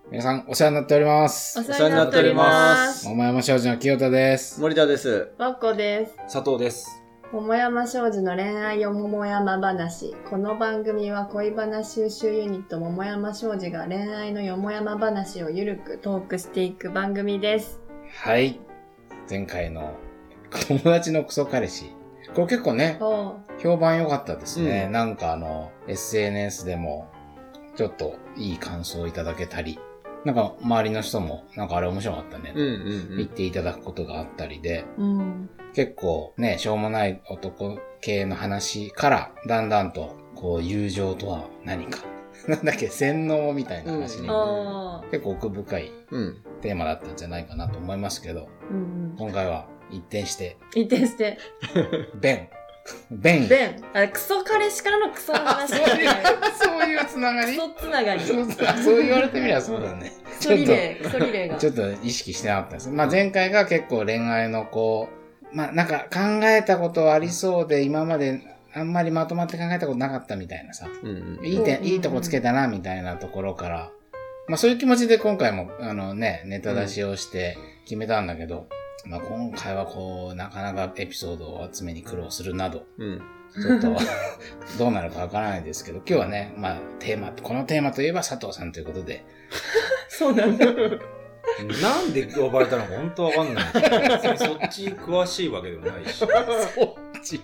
皆さんお世話になっております。 お世話になっております。 桃山商事の清田です。 森田です。 わっこです。 佐藤です。 桃山商事の恋愛よ桃山話。この番組は恋バナ収集ユニット桃山商事が恋愛のよもやま話をゆるくトークしていく番組です。 はい。前回の友達のクソ彼氏。これ結構ね、評判良かったですね。なんかSNS でもちょっといい感想をいただけたり、なんか周りの人もなんかあれ面白かったねと言っていただくことがあったりで、結構ね、しょうもない男系の話からだんだんとこう友情とは何か、なんだっけ、洗脳みたいな話に結構奥深いテーマだったんじゃないかなと思いますけど、今回は一転してベン。 クソ彼氏からのクソの話。 そういうつながり？ クソつながり。 そう言われてみればそうだね。 クソリレーが。 ちょっと意識してなかったです。まあ前回が結構恋愛のこう、まあなんか考えたことありそうで今まであんまりまとまって考えたことなかったみたいなさ。いいとこつけたなみたいなところから、まあそういう気持ちで今回もネタ出しをして決めたんだけど、まあ今回はこう、なかなかエピソードを集めに苦労するなど、ちょっとどうなるかわからないですけど、今日はね、まあこのテーマといえば佐藤さんということで。 そうなんだ。 なんで呼ばれたのか本当わかんない。そっち詳しいわけでもないし。 そっち。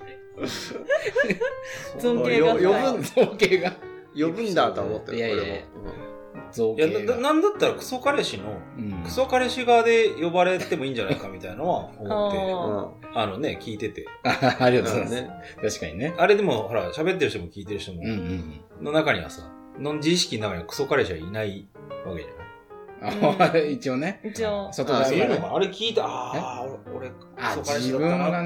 造形が。 呼ぶんだと思ってる。 いや。 なんだったらクソ彼氏の、クソ彼氏側で呼ばれてもいいんじゃないかみたいなのは思って、聞いてて。 ありがとうございます。確かにね。 あれでも、ほら、喋ってる人も聞いてる人も、の中にはさ、自意識の中にはクソ彼氏はいないわけじゃない。 一応ね。 外側にあれ聞いて、俺、クソ彼氏だったなって。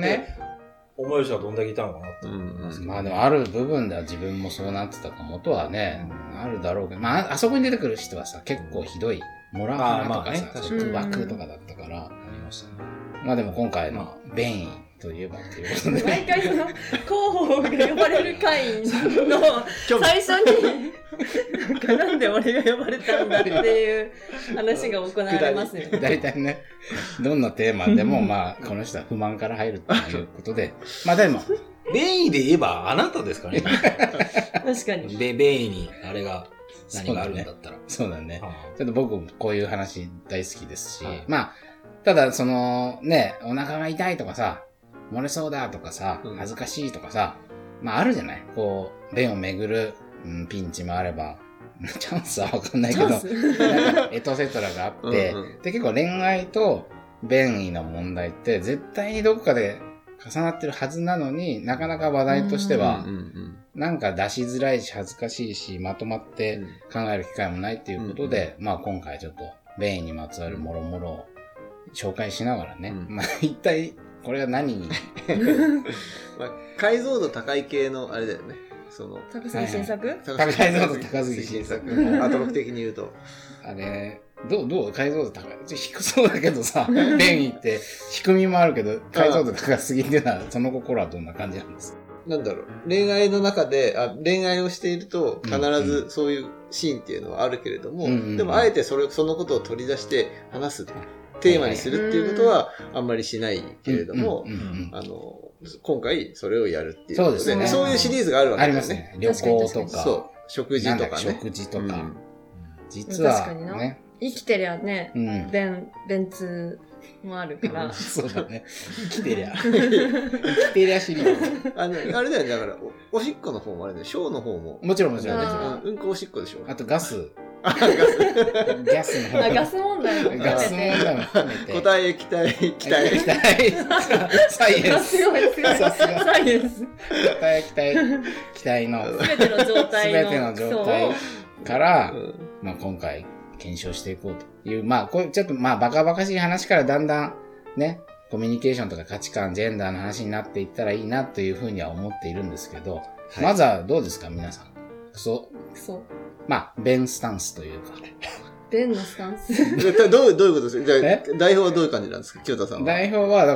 思える人はどんだけいたのかなって思いますけど。 まあでもある部分では自分もそうなってたかもとはね、あるだろうけど、まああそこに出てくる人はさ、結構ひどい、モラハラとかさ、束縛とかだったから、ありましたね。まあでも今回の便意といえばっていうことで。 毎回その、広報が呼ばれる会の最初に、なんで俺が呼ばれたんだっていう話が行われますよ。 大体ね、どんなテーマでもまあ、この人は不満から入るということで、まあでも、 便意で言えばあなたですかね。 確かに。 便意にあれが何があるんだったら。 そうだね。ちょっと僕もこういう話大好きですし、まあ、ただそのね、お腹が痛いとかさ、漏れそうだとかさ、恥ずかしいとかさ、まああるじゃない？こう、便を巡る、ピンチもあれば、チャンスはわかんないけど、なんかエトセトラがあって、で結構恋愛と便意の問題って絶対にどこかで重なってるはずなのになかなか話題としてはなんか出しづらいし恥ずかしいしまとまって考える機会もないっていうことで、まあ今回ちょっと便意にまつわるもろもろを紹介しながらね、まあ一体これが何にまあ、解像度高い系のあれだよね。 高杉新作？ 解像度高杉新作。 アトロク的に言うと。 あれ、どう解像度高い？低そうだけどさ、便意って低みもあるけど、解像度高すぎっていうのは、その心はどんな感じなんですか？ なんだろう。恋愛の中で、恋愛をしていると、必ずそういうシーンっていうのはあるけれども、でもあえてそのことを取り出して話すテーマにするっていうことはあんまりしないけれども、今回それをやるっていうことで、そうですね。そういうシリーズがあるわけですね。 ありますね。旅行とか。 そう。食事とかね。 食事とか。実はね。 生きてりゃね、便通もあるから。 そうだね。生きてりゃシリーズ。 あれだよね。だから、おしっこの方もあれね、ショーの方も。 もちろん。 うんこおしっこでしょ。 あとガス。 ガスの方。 ガス問題も含めて。 ガス問題も含めて。 答え、気体。 サイエンス。 すごい。サイエンス。 答え、気体の。 すべての状態から、まあ今回検証していこうという、まあこうちょっとまあバカバカしい話からだんだんね、コミュニケーションとか価値観、ジェンダーの話になっていったらいいなというふうには思っているんですけど、まずはどうですか皆さん。まあ、便スタンスというか。 便のスタンスどういうことですか？じゃあ、代表はどういう感じなんですか清田さんは。 代表は、だから、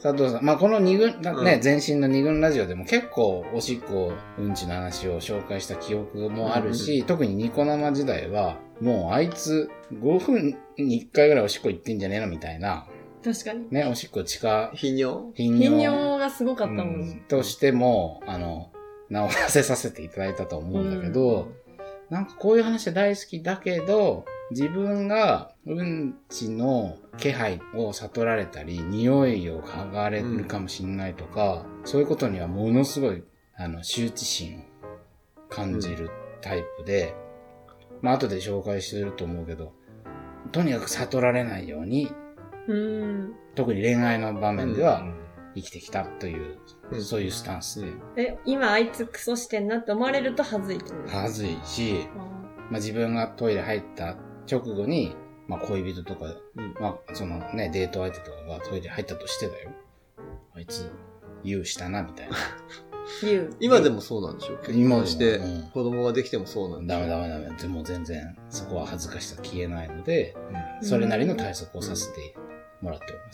佐藤さん、まあ、この二軍、ね、前身の二軍ラジオでも結構おしっこ、うんちの話を紹介した記憶もあるし、特にニコ生時代は、もうあいつ5分に1回ぐらいおしっこ行ってんじゃねえのみたいな。 確かに。 ね、おしっこ頻尿がすごかったもん。 としても、治らせさせていただいたと思うんだけど、なんかこういう話大好きだけど、自分がうんちの気配を悟られたり、匂いを嗅がれるかもしれないとか、そういうことにはものすごい、羞恥心を感じるタイプで、まあ後で紹介すると思うけど、とにかく悟られないように、特に恋愛の場面では生きてきたという、そういうスタンスで。 今あいつクソしてんなって思われると恥ずい。 恥ずいし、まあ自分がトイレ入った直後に、まあ恋人とか、まあそのね、デート相手とかがトイレ入ったとしてだよ。あいつ、言うしたな、みたいな。 今でもそうなんでしょ？結婚して、子供ができてもそうなんでしょ？ ダメ。でも全然、そこは恥ずかしさ消えないので、それなりの対策をさせてもらっております。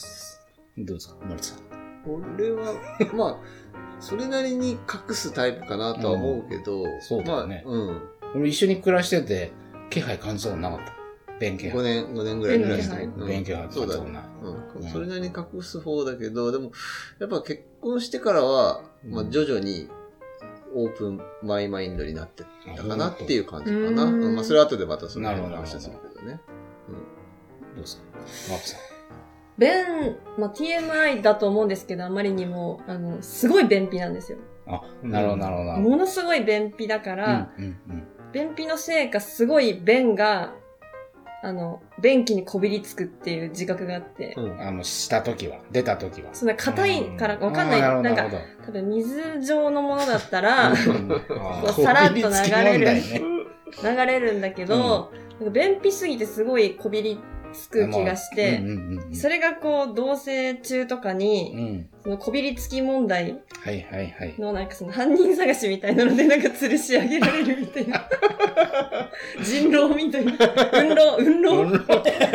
どうですか、森さん。 俺は、まあ、それなりに隠すタイプかなとは思うけど、 そうだよね。 まあ、 俺一緒に暮らしてて、気配感じたことなかった。便気配。 5年ぐらい暮らして。 便気配感じたことない。 それなりに隠す方だけど、でも、やっぱ結婚してからは、まあ徐々にオープンマイマインドになってったかなっていう感じかな。まあそれは後でまたその話するけどね。 どうですかマークさん。 まあ、TMI だと思うんですけど、あまりにも、すごい便秘なんですよ。 あ、なるほど。 ものすごい便秘だから、便秘のせいかすごい便が、便器にこびりつくっていう自覚があって。 した時は、出た時は。 そんな硬いからわかんない。なんか、多分水状のものだったら、さらっと流れるんだけど、便秘すぎてすごいこびりつく気がして、それがこう、同棲中とかに、そのこびりつき問題のなんかその犯人探しみたいなのでなんか吊るし上げられるみたいな。人狼みたいな。運動こ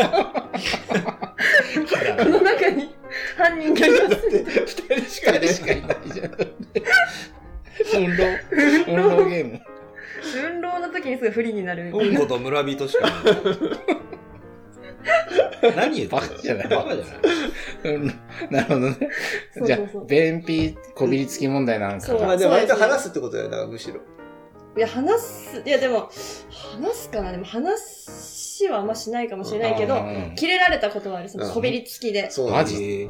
の中に犯人がいます。 二人しかいないじゃん。運動ゲーム。 運動の時にすごい不利になる。 うんこと村人しかいない。何言ってんの？バカじゃない。 なるほどね。じゃあ、便秘、こびりつき問題なんですか？ まあでも割と話すってことだよ、だからむしろ。 いや、でも、話すかな？でも話はあんましないかもしれないけど、切れられたことはある。そのこびりつきで。 マジ？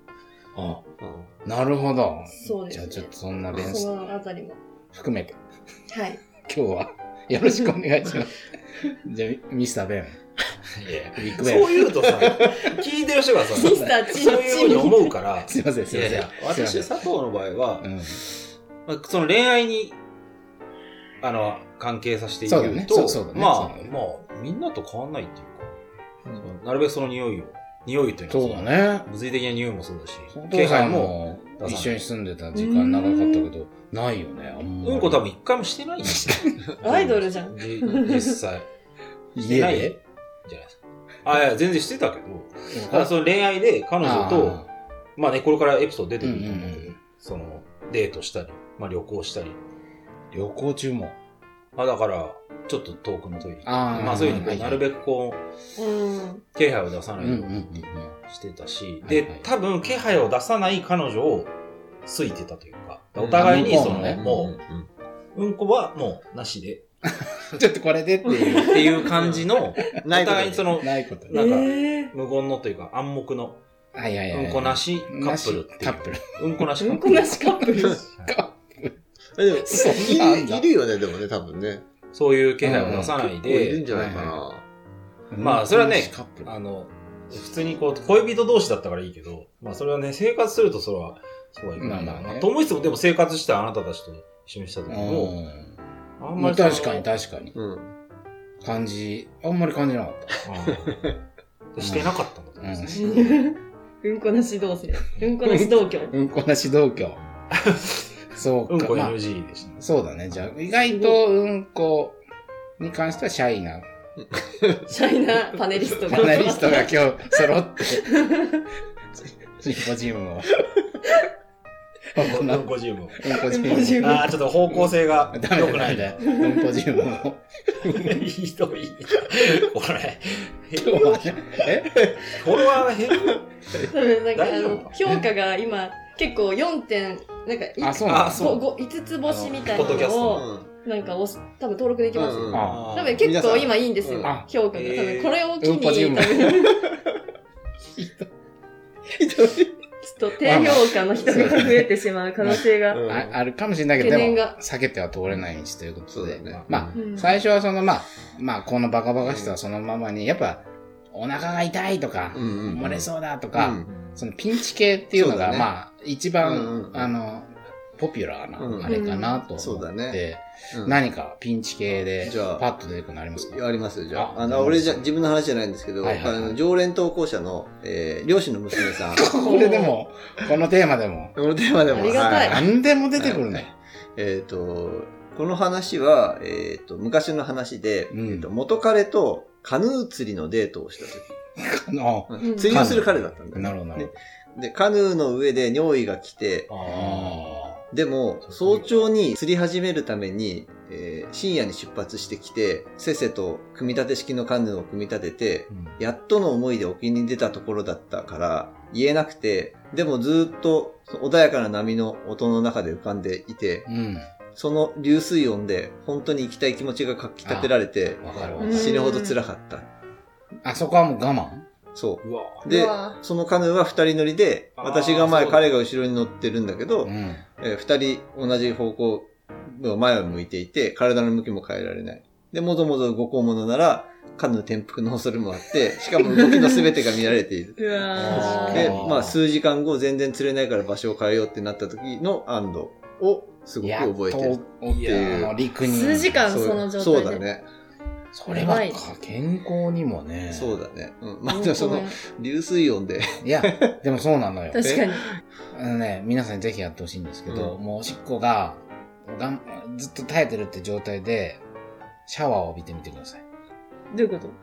なるほど。 そうです。 じゃあちょっとそんなそのあたりも。 含めて。 はい。 今日はよろしくお願いします。じゃあ、ミスターベン。 そう言うとさ、聞いてる人がさ、そういうふうに思うから。 すいません。 私、佐藤の場合は、その恋愛に、関係させて言うと、まあ、みんなと変わんないっていうか、なるべくその匂いというそうだね。 物理的な匂いもそうだし、 気配も一緒に住んでた時間長かったけど、ないよね。 うんこ多分一回もしてないんですよ。 アイドルじゃん。 実際。してないじゃないですか。いや、全然してたけど、ただその恋愛で彼女と、まあね、これからエピソード出てくると思うけど、その、デートしたり、まあ旅行したり。 旅行中もだから、ちょっと遠くのトイレ。まあそういうふうに、なるべくこう、気配を出さないようにしてたし、で、多分気配を出さない彼女を好いてたというか、お互いにその、もう、うんこはもうなしで、 ちょっとこれでっていう感じの、お互いその、 ないこと。 なんか、無言のというか暗黙の、うんこなしカップルっていう。うんこなしカップル。 うんこなしカップル。 でも、いるよね、でもね、多分ね。 そういう気配を出さないで。 いるんじゃないかな。 まあ、それはね、普通にこう、恋人同士だったからいいけど、まあ、それはね、生活するとそれは、そうはいかないな。と思いつつも、でも生活してあなたたちと一緒にした時も、 あんまり確かに。あんまり感じなかった。 してなかったんだと思うんですね。 うんこなし同棲。うんこなし同居。 うんこなし同居。そうか。 うんこ NG でしたね。 そうだね。じゃあ、意外とうんこに関してはシャイな。 シャイなパネリストが。 パネリストが今日揃って。 シンポジウムを。 うんこジウムを。 うんこジウム。 ああ、ちょっと方向性が良くないね。うんこジウムを。 ひどい。これ。 今日はね。 フォロワーが減る。 多分なんか評価が今結構4点、なんか5つ星みたいなのを、なんか多分登録できますよ。多分結構今いいんですよ。評価が。多分これを機に、多分。ちょっと低評価の人が増えてしまう可能性があるかもしれないけど、でも避けては通れない道ということで、まあ、最初はそのまあこのバカバカしさはそのままに、やっぱお腹が痛いとか、漏れそうだとか、そのピンチ系っていうのがまあ一番ポピュラーなあれかなと思って、何かピンチ系でパッと出てくるのありますか？ ありますよ。じゃあ、俺自分の話じゃないんですけど、常連投稿者の、漁師の娘さん。 これでも、このテーマでも。 ありがたい。 何でも出てくるね。 この話は、昔の話で、元彼とカヌー釣りのデートをした時。釣りをする彼だったんだよ。 なるほど。 で、カヌーの上で尿意が来て、でも、早朝に釣り始めるために、深夜に出発してきて、せっせと組み立て式のカヌーを組み立てて、やっとの思いで沖に出たところだったから、言えなくて、でもずっと穏やかな波の音の中で浮かんでいて、その流水音で本当に行きたい気持ちがかき立てられて、死ぬほど辛かった。 あそこはもう我慢？ そう。で、そのカヌーは二人乗りで、私が前、彼が後ろに乗ってるんだけど、二人同じ方向の前を向いていて、体の向きも変えられない。で、もぞもぞ動こうものなら、カヌー転覆の恐れもあって、しかも動きの全てが見られている。で、まあ数時間後全然釣れないから場所を変えようってなった時の安堵をすごく覚えてるっていう。 陸に。 数時間その状態で。 そうだね。 それは健康にもね。 そうだね。まあ、その、流水音で。 いや、でもそうなのよ。 確かに。 皆さんにぜひやってほしいんですけど、もうおしっこが、ずっと耐えてるって状態で、シャワーを浴びてみてください。 どういうこと？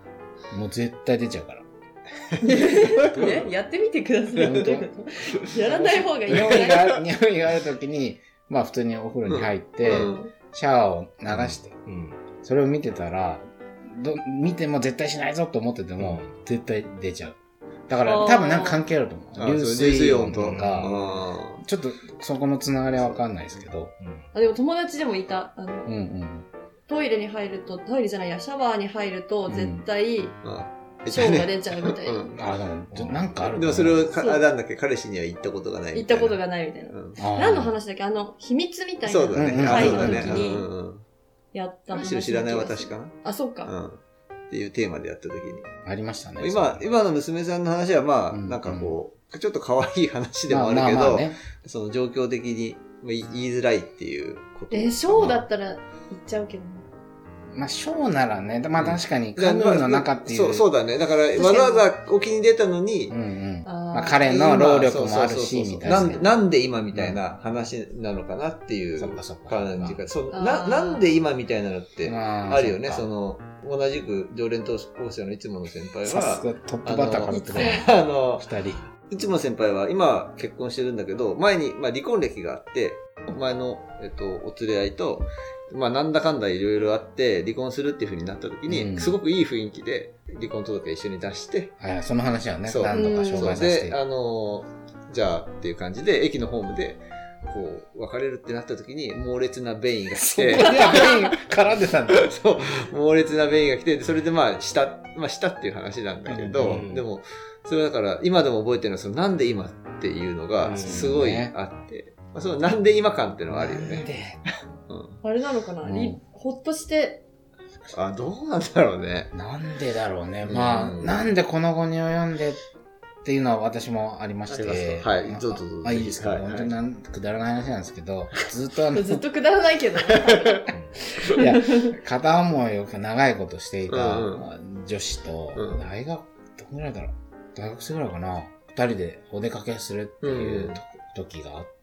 もう絶対出ちゃうから。 やってみてください。やらない方がいい。 匂いがあるときに、まあ普通にお風呂に入って、シャワーを流して、それを見てたら、見ても絶対しないぞと思ってても、絶対出ちゃう。だから多分なんか関係あると思う。流水音とか、ちょっとそこのつながりはわかんないですけど。 でも友達でもいた。トイレに入ると、トイレじゃないや、シャワーに入ると絶対、ショーが出ちゃうみたいな。 でもなんかある。 でもそれを、なんだっけ、彼氏には言ったことがない。 言ったことがないみたいな。何の話だっけ？秘密みたいな回の時に、やった話。 知らない私かな？ あ、そっか。 っていうテーマでやった時に。 ありましたね。 今の娘さんの話はまあ、なんかこう、ちょっと可愛い話でもあるけど、その状況的に言いづらいっていうこと。 ショーだったら言っちゃうけどね。 まあ、ショーならね、まあ確かにカヌーの中っていう。 そうだね。だから、わざわざ沖に出たのに、 まあ彼の労力もあるし、みたいな。 なんで今みたいな話なのかなっていう感じが。なんで今みたいなのってあるよね。その、同じく常連投稿者のいつもの先輩は、 トップバッターからってね。二人。 いつも先輩は今結婚してるんだけど、前に、まあ離婚歴があって、前の、お連れ合いと、まあなんだかんだいろいろあって離婚するっていう風になった時に、すごくいい雰囲気で離婚届一緒に出して、 その話はね、何度か紹介させて。 で、じゃあっていう感じで駅のホームで、こう、別れるってなった時に猛烈な便意が来て、 便意絡んでたんだ。 そう、猛烈な便意が来て、それでまあしたっていう話なんだけど、でも、それだから今でも覚えてるのは、そのなんで今っていうのがすごいあって、そのなんで今感っていうのはあるよね。 あれなのかな、ほっとして。 どうなんだろうね。 なんでだろうね。まあ、なんでこの後に及んでっていうのは私もありまして。 はい、どうぞ。 いいですか。本当にくだらない話なんですけど、ずっとくだらないけど。 いや、片思いを長いことしていた女子と、大学、どこぐらいだろう。大学生ぐらいかな。二人でお出かけするっていう時があって、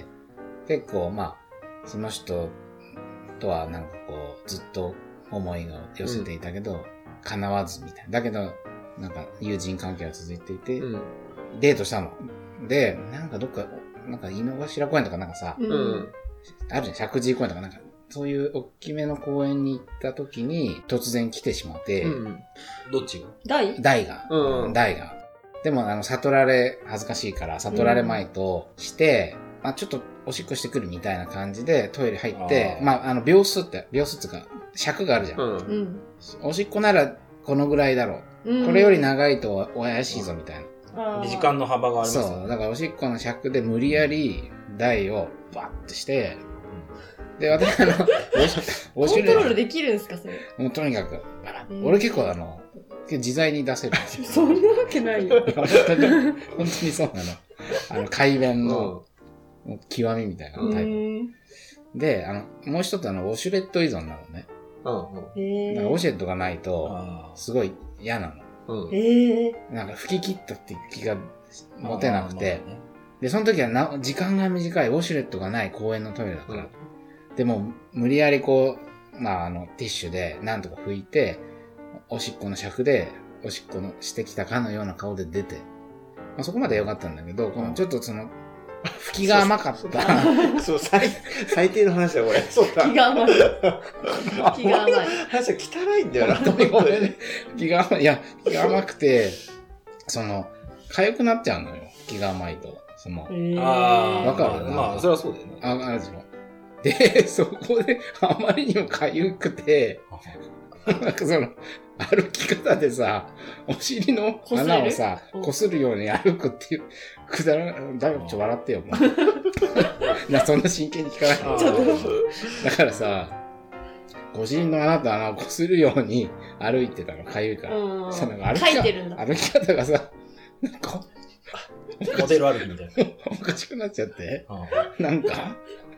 結構まあ、その人とはなんかこう、ずっと思いが寄せていたけど、叶わずみたいな。だけど、なんか友人関係は続いていて、デートしたの。 で、なんかどっか、なんか井の頭公園とかなんかさ、あるじゃん、石神井公園とかなんか、そういう大きめの公園に行った時に突然来てしまって、 どっちが？ 大が。でも、悟られ、恥ずかしいから悟られまいとして、まあちょっとおしっこしてくるみたいな感じでトイレ入って、まあ秒数っていうか、尺があるじゃん。おしっこならこのぐらいだろう。これより長いと怪しいぞみたいな。 時間の幅がありますね。 そう。だからおしっこの尺で無理やり台をバッてして、で、私コントロールできるんですか、それ。 もうとにかく、俺結構自在に出せるんですよ。 そんなわけないよ。 本当にそうなの。快便の極みみたいなタイプ。で、もう一つウォシュレット依存なのね。だからウォシュレットがないと、すごい嫌なの。なんか吹き切ったって気が持てなくて。で、その時は時間が短いウォシュレットがない公園のトイレだから。でも、無理やりこう、まあティッシュでなんとか拭いて、おしっこの尺で、おしっこのしてきたかのような顔で出て。まあ、そこまで良かったんだけど、このちょっと吹きが甘かった。 そう、最低の話だ、これ。そうだ。 気が甘い。気が甘い。 話は汚いんだよな。 気が甘い。いや、気が甘くて、痒くなっちゃうのよ。気が甘いと。わかる？ まあ、それはそうだよね。 あるでしょ。で、そこで、あまりにも痒くて、なんか歩き方でさ、お尻の穴をさ、擦るように歩くっていう、くだらん、だいぶちょっと笑ってよ、もう。そんな真剣に聞かないだからさ、お尻の穴と穴を擦るように歩いてたの、痒いから。歩き方がさ、なんか、 モデル歩きみたいな。 おかしくなっちゃって、なんか、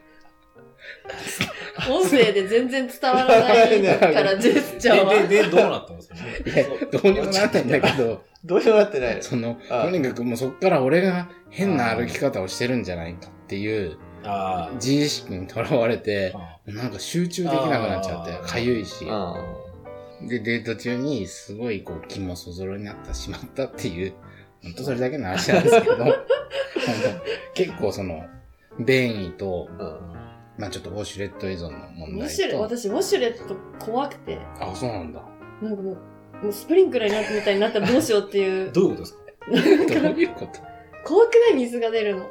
音声で全然伝わらないからジェスチャーは。 で、どうなったんですか？ いや、どうにもなってんだけど、 どうにもなってない。 とにかくもうそっから俺が変な歩き方をしてるんじゃないかっていう、自意識にとらわれて、なんか集中できなくなっちゃって、かゆいし。で、デート中にすごい気もそぞろになってしまったっていう、ほんとそれだけの話なんですけど、結構便意と、まあちょっとウォシュレット依存の問題と。 私、ウォシュレット怖くて。 あ、そうなんだ。 なんかもうスプリンクラーになってみたいになったらどうしようっていう。 どういうことですか？ どういうこと？ 怖くない水が出るの。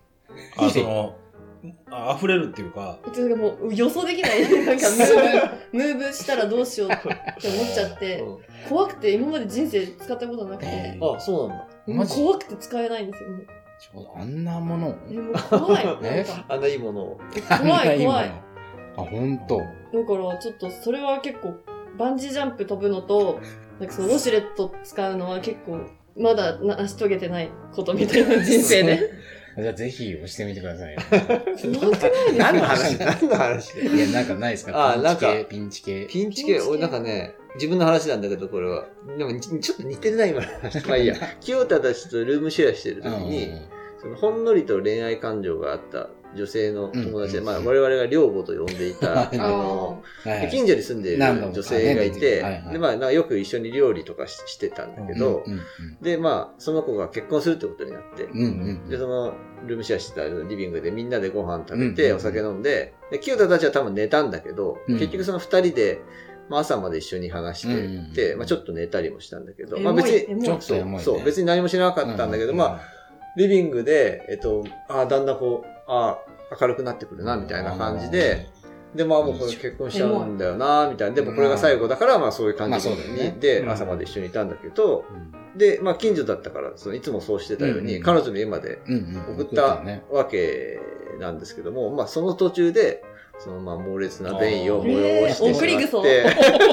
溢れるっていうか。 もう予想できない。なんかムーブしたらどうしようって思っちゃって、怖くて今まで人生使ったことなくて。 あ、そうなんだ。 怖くて使えないんですよ。 あんなものをもう怖い。 あんないいものを。 怖い。 あ、ほんと。 だからちょっとそれは結構バンジージャンプ飛ぶのと、なんかウォシュレット使うのは結構まだ成し遂げてないことみたいな人生で。 じゃあぜひ押してみてくださいよ。 何の話いや、なんかないですか？ピンチ系。 俺なんかね、自分の話なんだけど、これは。でもちょっと似てるな、今の話。まあいいや。清田たちとルームシェアしてる時に、ほんのりと恋愛感情があった女性の友達で、まあ我々が寮母と呼んでいた、近所に住んでいる女性がいて、で、まあよく一緒に料理とかしてたんだけど、で、まあその子が結婚するってことになって、で、そのルームシェアしてたリビングでみんなでご飯食べて、お酒飲んで、で、清田たちは多分寝たんだけど、結局その二人で、まあ朝まで一緒に話してて、まあちょっと寝たりもしたんだけど、まあ別に、そう、別に何もしなかったんだけど、まあ、リビングで、だんだん明るくなってくるな、みたいな感じで、で、まあもうこれ結婚しちゃうんだよな、みたいな。でもこれが最後だから、まあそういう感じで、朝まで一緒にいたんだけど、で、まあ近所だったから、いつもそうしてたように、彼女の家まで送ったわけなんですけども、まあその途中で、まあ猛烈な便意を催してしまって。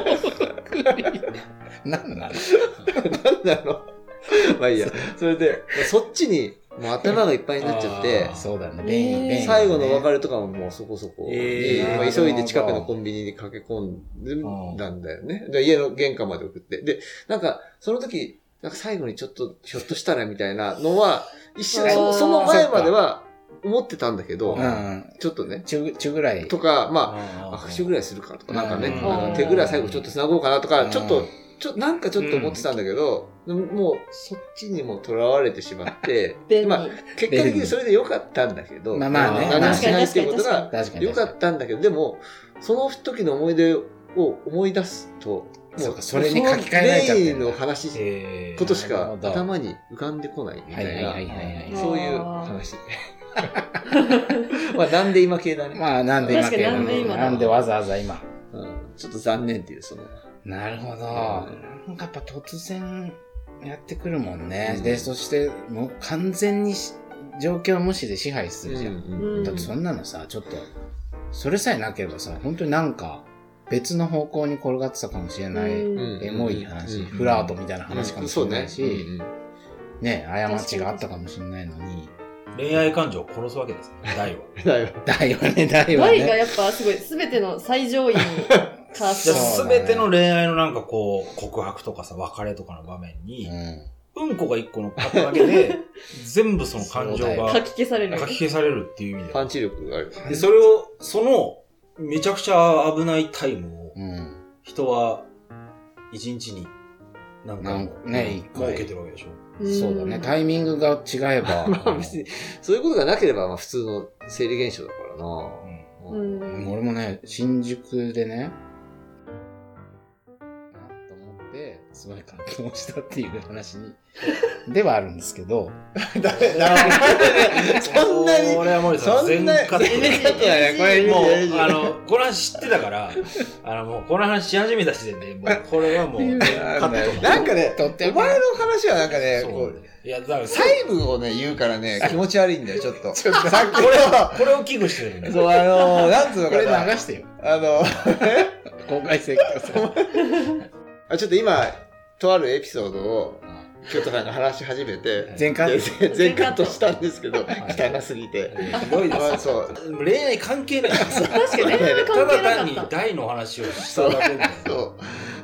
何なのまあいいや。それで、そっちに、もう頭がいっぱいになっちゃって、 そうだね。 最後の別れとかももうそこそこに、急いで近くのコンビニに駆け込んだんだよね。家の玄関まで送って。で、なんか、その時、なんか最後にちょっと、ひょっとしたらみたいなのは、一瞬、その前までは思ってたんだけど、ちょっとね。 中ぐらい。 とか、まあ、握手ぐらいするかとか、なんかね、手ぐらい最後ちょっと繋ごうかなとか、ちょっとなんかちょっと思ってたんだけど、もうそっちにも囚われてしまって、まあ結果的にそれで良かったんだけど、 まあね、 何もしないっていうことが良かったんだけど、でも、その時の思い出を思い出すと、 もうそれに書き換えられちゃってる。 の話、ことしか頭に浮かんでこないみたいな、そういう話。まあなんで今系だね。 まあなんで今系だね。なんでわざわざ今。 ちょっと残念っていう、 なるほど。なんかやっぱ突然やってくるもんね。で、そしてもう完全に状況無視で支配するじゃん。だってそんなのさ、ちょっと、それさえなければさ、本当になんか別の方向に転がってたかもしれない、エモい話、フラートみたいな話かもしれないし、ね、過ちがあったかもしれないのに、 恋愛感情を殺すわけですね、大は。 大はね。 大がやっぱすごい、すべての最上位にカースト。 すべての恋愛のなんかこう、告白とかさ、別れとかの場面に、うんこが一個乗っかっただけで、全部その感情が書き消されるっていう意味で。 パンチ力がある。 で、それを、その、めちゃくちゃ危ないタイムを、人は、一日に、なんか、ね、設けてるわけでしょ。 そうだね。タイミングが違えば。 まあ別に、そういうことがなければ、まあ普通の生理現象だからな。 俺もね、新宿でね、と思って、すごい感動したっていう話に、ではあるんですけど。 ダメ。そんなに。 俺はもう全カットだね。これもう、この話知ってたから、もうこの話し始めた時点で、もうこれはもう全カット。 なんかね、お前の話はなんかね、 いや、だから細部をね、言うからね、気持ち悪いんだよ、ちょっと。 これを危惧してるんだよ。 そう、なんつうのかな。 これ流してよ。公開説教さ。 ちょっと今、とあるエピソードを、京都さんが話し始めて、 全カットしたんですけど、汚すぎて。 ひどいです。 そう。 恋愛関係ない。 確かに恋愛関係なかった。 ただ単に大の話をしただけで。 そう。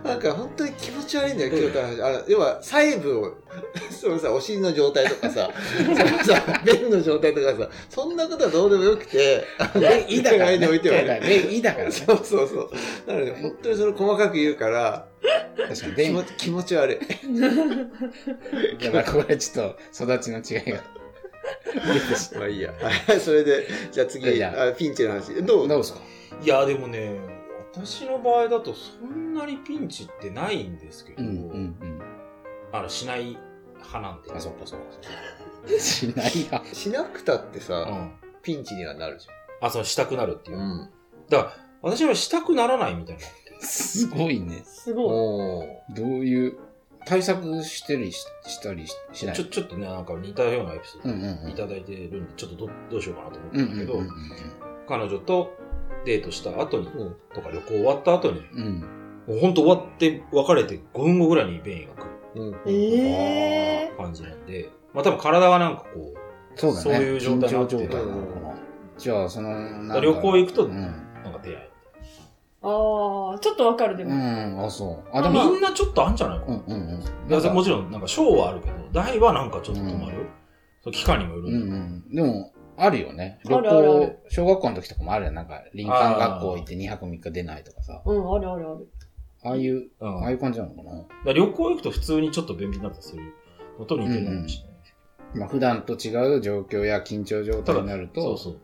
なんか本当に気持ち悪いんだよ、京都の話。要は細部を、そうさ、お尻の状態とかさ、便の状態とかさ、そんなことはどうでもよくて、 いいだからにおいてはね。 いいだからね。 そう。なので、本当にそれ細かく言うから、確かに気持ち悪い。 いや、まあこれちょっと育ちの違いが。 まあいいや。それで、じゃあ次、ピンチの話。どうですか？ いや、でもね、私の場合だとそんなにピンチってないんですけど、しない派なんで。 あ、そうか。しない派。 しなくたってさ、ピンチにはなるじゃん。したくなるっていう。だから、私はしたくならないみたいな。 すごいね。 すごい。どういう対策したりしない？ ちょっとね、なんか似たようなエピソードいただいてるんで、ちょっとどうしようかなと思ったんだけど、彼女とデートした後に、とか旅行終わった後に、もうほんと終わって別れて5分後ぐらいに便意が来る。感じなんで、まあ多分体がなんかこう、そういう状態になってる。 じゃあ、 旅行行くと、なんか出会い。 ちょっとわかるでも。 そう。 でもみんなちょっとあんじゃないかな。もちろん、なんか小はあるけど、大はなんかちょっと止まる。期間にもよる。 でも、あるよね。旅行、小学校の時とかもあるよ。なんか、林間学校行って2泊3日出ないとかさ。 ある。 ああいう感じなのかな。 旅行行くと普通にちょっと便秘になったりするのと似てるかもしれない。 まあ普段と違う状況や緊張状態になると。 そう。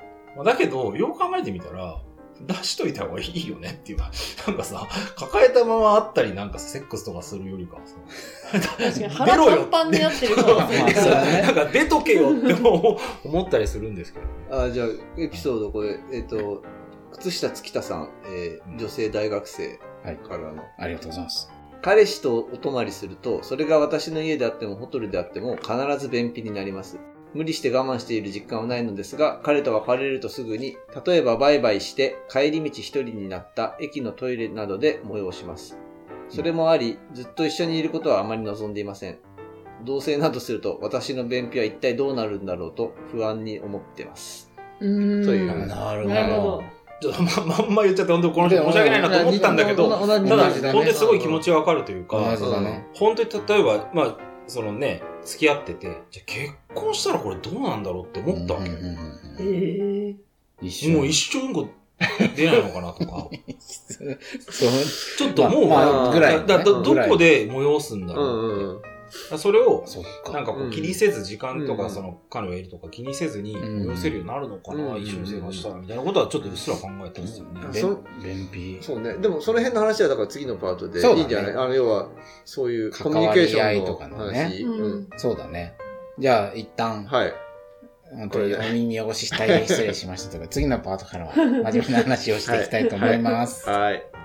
だけど、よく考えてみたら、出しといた方がいいよねっていうか、なんかさ、抱えたままあったりなんかセックスとかするよりかはさ、 確かに腹パンパンになってるからなんか出とけよって思ったりするんですけど。 じゃあ、エピソードこれ、靴下月田さん、女性大学生からの、 ありがとうございます。 彼氏とお泊まりすると、それが私の家であってもホテルであっても必ず便秘になります。無理して我慢している実感はないのですが、彼と別れるとすぐに、例えばバイバイして帰り道一人になった駅のトイレなどで催します。それもあり、ずっと一緒にいることはあまり望んでいません。同棲などすると私の便秘は一体どうなるんだろうと不安に思ってます。という。 なるほど。 ちょっとまんま言っちゃって本当この人申し訳ないなと思ったんだけど、ただ本当にすごい気持ちわかるというか、本当に例えば、まあ、そのね、付き合ってて、じゃあ結婚したらこれどうなんだろうって思ったわけよ。 一緒。 もう一生うんこ出ないのかなとか。 ちょっと思うわ。ぐらい。どこで催すんだろうって。それを、なんかこう気にせず、時間とかその彼がいるとか気にせずに催せるようになるのかな、一緒に生活したらみたいなことはちょっとうっすら考えてますよね。 便秘。 そうね。でもその辺の話はだから次のパートでいいんじゃない？要は、そういうコミュニケーションの話。 そうだね。じゃあ一旦、はい。本当にお耳汚し大変失礼しましたとか、次のパートからは真面目な話をしていきたいと思います。 はい。